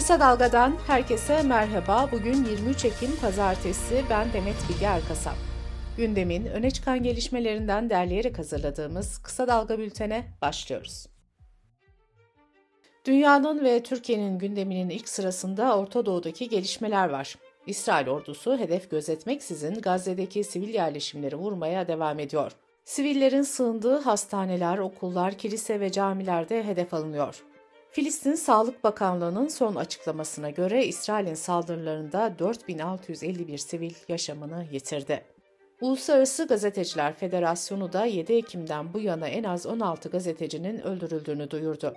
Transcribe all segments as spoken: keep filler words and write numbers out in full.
Kısa Dalga'dan herkese merhaba. Bugün yirmi üç Ekim Pazartesi. Ben Demet Bilge Erkasap. Gündemin öne çıkan gelişmelerinden derleyerek hazırladığımız Kısa Dalga bültene başlıyoruz. Dünyanın ve Türkiye'nin gündeminin ilk sırasında Orta Doğu'daki gelişmeler var. İsrail ordusu hedef gözetmeksizin Gazze'deki sivil yerleşimleri vurmaya devam ediyor. Sivillerin sığındığı hastaneler, okullar, kilise ve camilerde hedef alınıyor. Filistin Sağlık Bakanlığı'nın son açıklamasına göre İsrail'in saldırılarında dört bin altı yüz elli bir sivil yaşamını yitirdi. Uluslararası Gazeteciler Federasyonu da yedi Ekim'den bu yana en az on altı gazetecinin öldürüldüğünü duyurdu.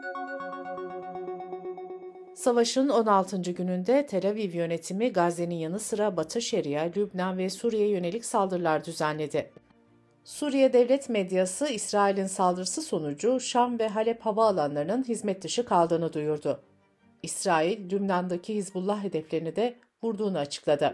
Savaşın on altıncı gününde Tel Aviv yönetimi Gazze'nin yanı sıra Batı Şeria, Lübnan ve Suriye'ye yönelik saldırılar düzenledi. Suriye devlet medyası İsrail'in saldırısı sonucu Şam ve Halep havaalanlarının hizmet dışı kaldığını duyurdu. İsrail, Lübnan'daki Hizbullah hedeflerini de vurduğunu açıkladı.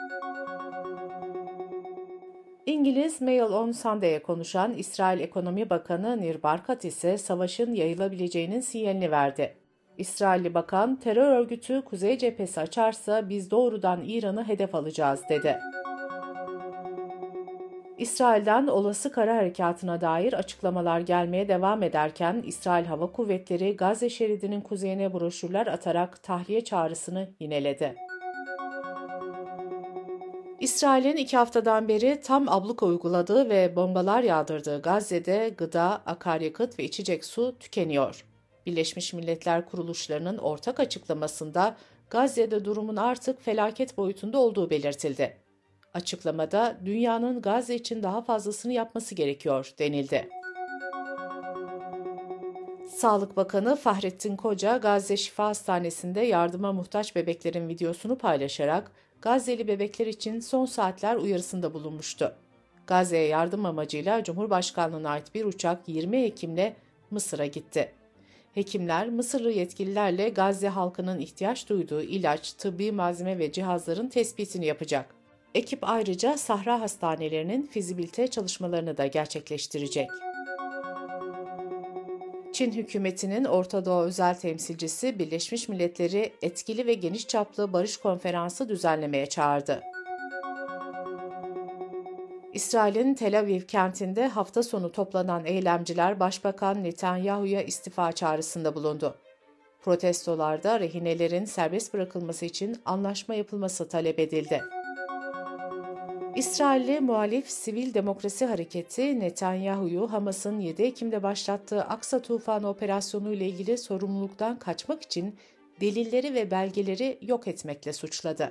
İngiliz Mail on Sunday'e konuşan İsrail Ekonomi Bakanı Nir Barkat ise savaşın yayılabileceğinin sinyalini verdi. İsrailli bakan, terör örgütü Kuzey Cephesi açarsa biz doğrudan İran'ı hedef alacağız dedi. İsrail'den olası kara harekatına dair açıklamalar gelmeye devam ederken İsrail Hava Kuvvetleri Gazze şeridinin kuzeyine broşürler atarak tahliye çağrısını yineledi. İsrail'in iki haftadan beri tam abluka uyguladığı ve bombalar yağdırdığı Gazze'de gıda, akaryakıt ve içecek su tükeniyor. Birleşmiş Milletler kuruluşlarının ortak açıklamasında Gazze'de durumun artık felaket boyutunda olduğu belirtildi. Açıklamada dünyanın Gazze için daha fazlasını yapması gerekiyor denildi. Sağlık Bakanı Fahrettin Koca, Gazze Şifa Hastanesi'nde yardıma muhtaç bebeklerin videosunu paylaşarak Gazze'li bebekler için son saatler uyarısında bulunmuştu. Gazze'ye yardım amacıyla Cumhurbaşkanlığı'na ait bir uçak yirmi Ekim'le Mısır'a gitti. Hekimler, Mısırlı yetkililerle Gazze halkının ihtiyaç duyduğu ilaç, tıbbi malzeme ve cihazların tespitini yapacak. Ekip ayrıca sahra hastanelerinin fizibilite çalışmalarını da gerçekleştirecek. Çin hükümetinin Orta Doğu özel temsilcisi Birleşmiş Milletleri etkili ve geniş çaplı barış konferansı düzenlemeye çağırdı. İsrail'in Tel Aviv kentinde hafta sonu toplanan eylemciler Başbakan Netanyahu'ya istifa çağrısında bulundu. Protestolarda rehinelerin serbest bırakılması için anlaşma yapılması talep edildi. İsrailli muhalif Sivil Demokrasi Hareketi, Netanyahu'yu Hamas'ın yedi Ekim'de başlattığı Aksa Tufanı operasyonu ile ilgili sorumluluktan kaçmak için delilleri ve belgeleri yok etmekle suçladı.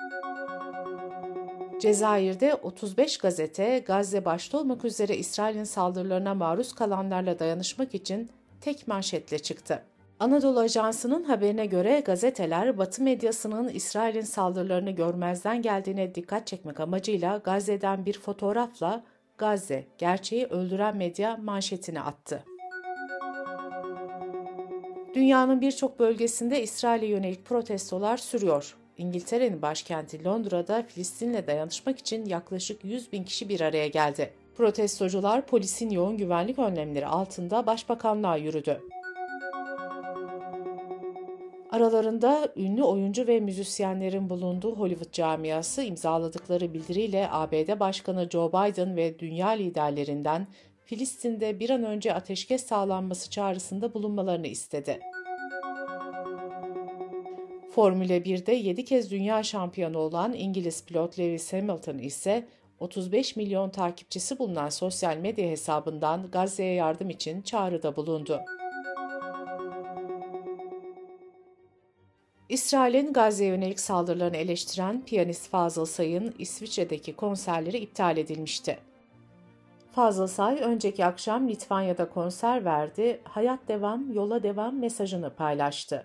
Cezayir'de otuz beş gazete, Gazze başta olmak üzere İsrail'in saldırılarına maruz kalanlarla dayanışmak için tek manşetle çıktı. Anadolu Ajansı'nın haberine göre gazeteler, Batı medyasının İsrail'in saldırılarını görmezden geldiğine dikkat çekmek amacıyla Gazze'den bir fotoğrafla "Gazze, gerçeği öldüren medya" manşetini attı. Dünyanın birçok bölgesinde İsrail'e yönelik protestolar sürüyor. İngiltere'nin başkenti Londra'da Filistin'le dayanışmak için yaklaşık yüz bin kişi bir araya geldi. Protestocular polisin yoğun güvenlik önlemleri altında başbakanlığa yürüdü. Aralarında ünlü oyuncu ve müzisyenlerin bulunduğu Hollywood camiası imzaladıkları bildiriyle A B D Başkanı Joe Biden ve dünya liderlerinden Filistin'de bir an önce ateşkes sağlanması çağrısında bulunmalarını istedi. Formula birde yedi kez dünya şampiyonu olan İngiliz pilot Lewis Hamilton ise otuz beş milyon takipçisi bulunan sosyal medya hesabından Gazze'ye yardım için çağrıda bulundu. İsrail'in Gazze'ye yönelik saldırılarını eleştiren piyanist Fazıl Say'ın İsviçre'deki konserleri iptal edilmişti. Fazıl Say önceki akşam Litvanya'da konser verdi, "Hayat devam, yola devam" mesajını paylaştı.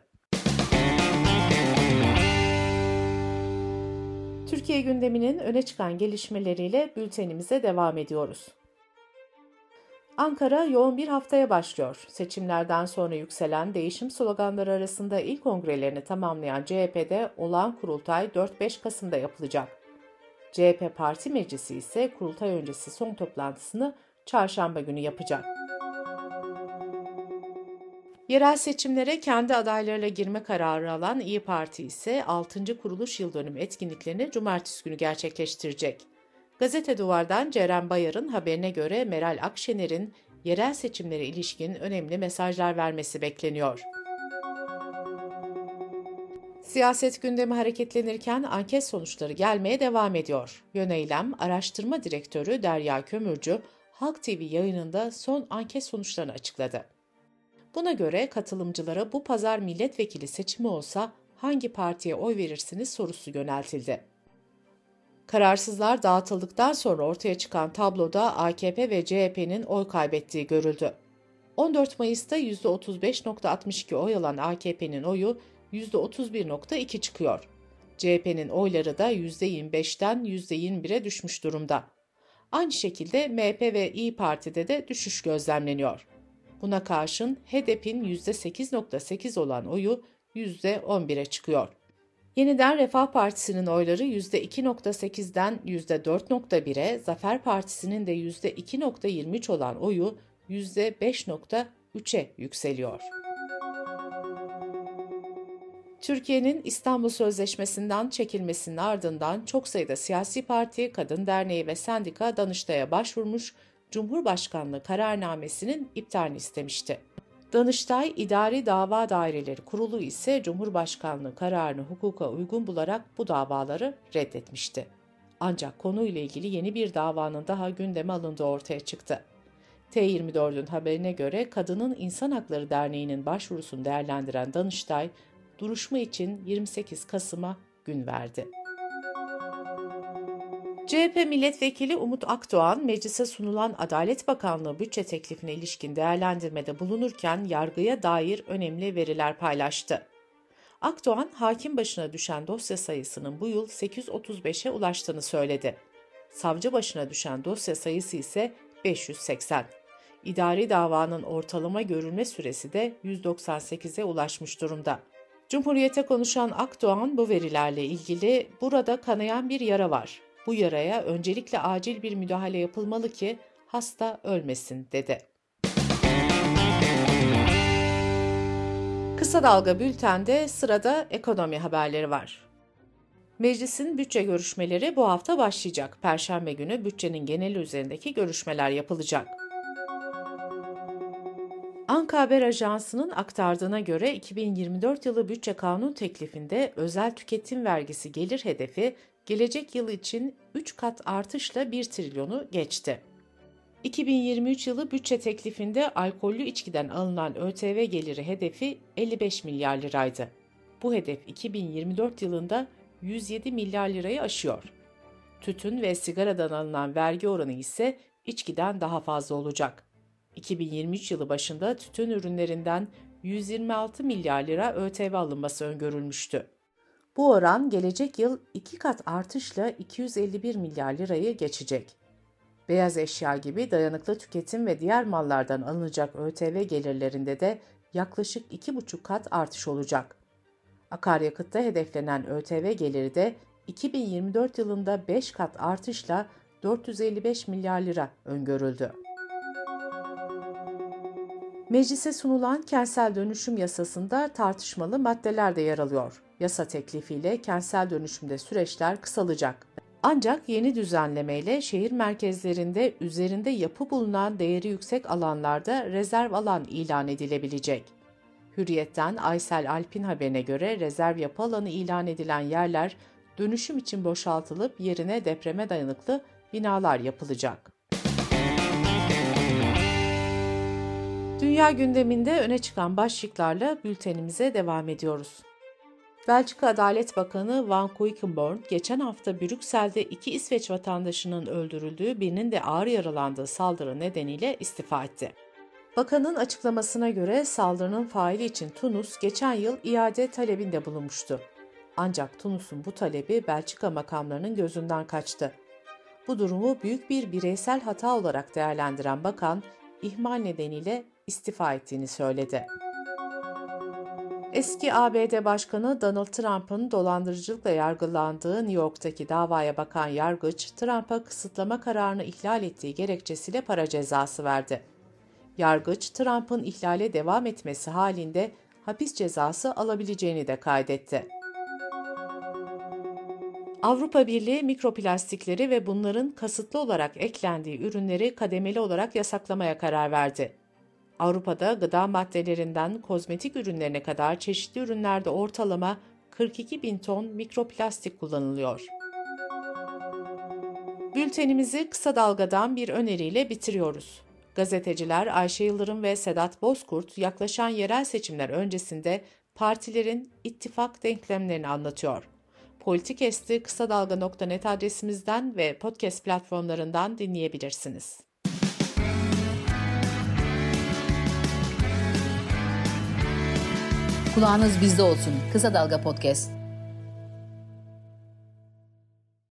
Türkiye gündeminin öne çıkan gelişmeleriyle bültenimize devam ediyoruz. Ankara yoğun bir haftaya başlıyor. Seçimlerden sonra yükselen değişim sloganları arasında ilk kongrelerini tamamlayan C H P'de olağan kurultay dört beş Kasım'da yapılacak. C H P Parti Meclisi ise kurultay öncesi son toplantısını çarşamba günü yapacak. Yerel seçimlere kendi adaylarıyla girme kararı alan İyi Parti ise altıncı kuruluş yıldönümü etkinliklerini cumartesi günü gerçekleştirecek. Gazete Duvar'dan Ceren Bayar'ın haberine göre Meral Akşener'in yerel seçimlere ilişkin önemli mesajlar vermesi bekleniyor. Siyaset gündemi hareketlenirken anket sonuçları gelmeye devam ediyor. Yöneylem Araştırma Direktörü Derya Kömürcü, Halk T V yayınında son anket sonuçlarını açıkladı. Buna göre katılımcılara bu pazar milletvekili seçimi olsa hangi partiye oy verirsiniz sorusu yöneltildi. Kararsızlar dağıtıldıktan sonra ortaya çıkan tabloda A K P ve C H P'nin oy kaybettiği görüldü. on dört Mayıs'ta yüzde otuz beş virgül altmış iki oy alan A K P'nin oyu yüzde otuz bir virgül iki çıkıyor. C H P'nin oyları da yüzde yirmi beşten yüzde yirmi bire düşmüş durumda. Aynı şekilde M H P ve İyi Parti'de de düşüş gözlemleniyor. Buna karşın H D P'nin yüzde sekiz virgül sekiz olan oyu yüzde on bire çıkıyor. Yeniden Refah Partisi'nin oyları yüzde iki virgül sekizden yüzde dört virgül bire, Zafer Partisi'nin de yüzde iki virgül yirmi üç olan oyu yüzde beş virgül üçe yükseliyor. Türkiye'nin İstanbul Sözleşmesi'nden çekilmesinin ardından çok sayıda siyasi parti, kadın derneği ve sendika Danıştay'a başvurmuş, Cumhurbaşkanlığı kararnamesinin iptalini istemişti. Danıştay İdari Dava Daireleri Kurulu ise Cumhurbaşkanlığı kararını hukuka uygun bularak bu davaları reddetmişti. Ancak konuyla ilgili yeni bir davanın daha gündeme alındığı ortaya çıktı. T yirmi dört'ün haberine göre Kadının İnsan Hakları Derneği'nin başvurusunu değerlendiren Danıştay, duruşma için yirmi sekiz Kasım'a gün verdi. C H P Milletvekili Umut Akdoğan, meclise sunulan Adalet Bakanlığı bütçe teklifine ilişkin değerlendirmede bulunurken yargıya dair önemli veriler paylaştı. Akdoğan, hakim başına düşen dosya sayısının bu yıl sekiz yüz otuz beşe ulaştığını söyledi. Savcı başına düşen dosya sayısı ise beş yüz seksen. İdari davanın ortalama görülme süresi de yüz doksan sekize ulaşmış durumda. Cumhuriyet'e konuşan Akdoğan bu verilerle ilgili "Burada kanayan bir yara var. Bu yaraya öncelikle acil bir müdahale yapılmalı ki hasta ölmesin," dedi. Kısa Dalga Bülten'de sırada ekonomi haberleri var. Meclisin bütçe görüşmeleri bu hafta başlayacak. Perşembe günü bütçenin geneli üzerindeki görüşmeler yapılacak. Anka Haber Ajansı'nın aktardığına göre iki bin yirmi dört yılı bütçe kanun teklifinde özel tüketim vergisi gelir hedefi gelecek yıl için üç kat artışla bir trilyonu geçti. iki bin yirmi üç yılı bütçe teklifinde alkollü içkiden alınan Ö T V geliri hedefi elli beş milyar liraydı. Bu hedef iki bin yirmi dört yılında yüz yedi milyar lirayı aşıyor. Tütün ve sigaradan alınan vergi oranı ise içkiden daha fazla olacak. iki bin yirmi üç yılı başında tütün ürünlerinden yüz yirmi altı milyar lira Ö T V alınması öngörülmüştü. Bu oran gelecek yıl iki kat artışla iki yüz elli bir milyar lirayı geçecek. Beyaz eşya gibi dayanıklı tüketim ve diğer mallardan alınacak Ö T V gelirlerinde de yaklaşık iki buçuk kat artış olacak. Akaryakıtta hedeflenen Ö T V geliri de iki bin yirmi dört yılında beş kat artışla dört yüz elli beş milyar lira öngörüldü. Meclise sunulan kentsel dönüşüm yasasında tartışmalı maddeler de yer alıyor. Yasa teklifiyle kentsel dönüşümde süreçler kısalacak. Ancak yeni düzenlemeyle şehir merkezlerinde üzerinde yapı bulunan değeri yüksek alanlarda rezerv alan ilan edilebilecek. Hürriyet'ten Aysel Alp'in haberine göre rezerv yapı alanı ilan edilen yerler dönüşüm için boşaltılıp yerine depreme dayanıklı binalar yapılacak. Dünya gündeminde öne çıkan başlıklarla bültenimize devam ediyoruz. Belçika Adalet Bakanı Van Quickenborne, geçen hafta Brüksel'de iki İsveç vatandaşının öldürüldüğü, birinin de ağır yaralandığı saldırı nedeniyle istifa etti. Bakanın açıklamasına göre saldırının faili için Tunus geçen yıl iade talebinde bulunmuştu. Ancak Tunus'un bu talebi Belçika makamlarının gözünden kaçtı. Bu durumu büyük bir bireysel hata olarak değerlendiren bakan, ihmal nedeniyle istifa ettiğini söyledi. Eski A B D Başkanı Donald Trump'ın dolandırıcılıkla yargılandığı New York'taki davaya bakan yargıç, Trump'a kısıtlama kararını ihlal ettiği gerekçesiyle para cezası verdi. Yargıç, Trump'ın ihlale devam etmesi halinde hapis cezası alabileceğini de kaydetti. Avrupa Birliği mikroplastikleri ve bunların kasıtlı olarak eklendiği ürünleri kademeli olarak yasaklamaya karar verdi. Avrupa'da gıda maddelerinden kozmetik ürünlerine kadar çeşitli ürünlerde ortalama kırk iki bin ton mikroplastik kullanılıyor. Bültenimizi kısa dalgadan bir öneriyle bitiriyoruz. Gazeteciler Ayşe Yıldırım ve Sedat Bozkurt yaklaşan yerel seçimler öncesinde partilerin ittifak denklemlerini anlatıyor. Politikesti kısa dalga nokta net adresimizden ve podcast platformlarından dinleyebilirsiniz. Kulağınız bizde olsun. Kısa Dalga Podcast.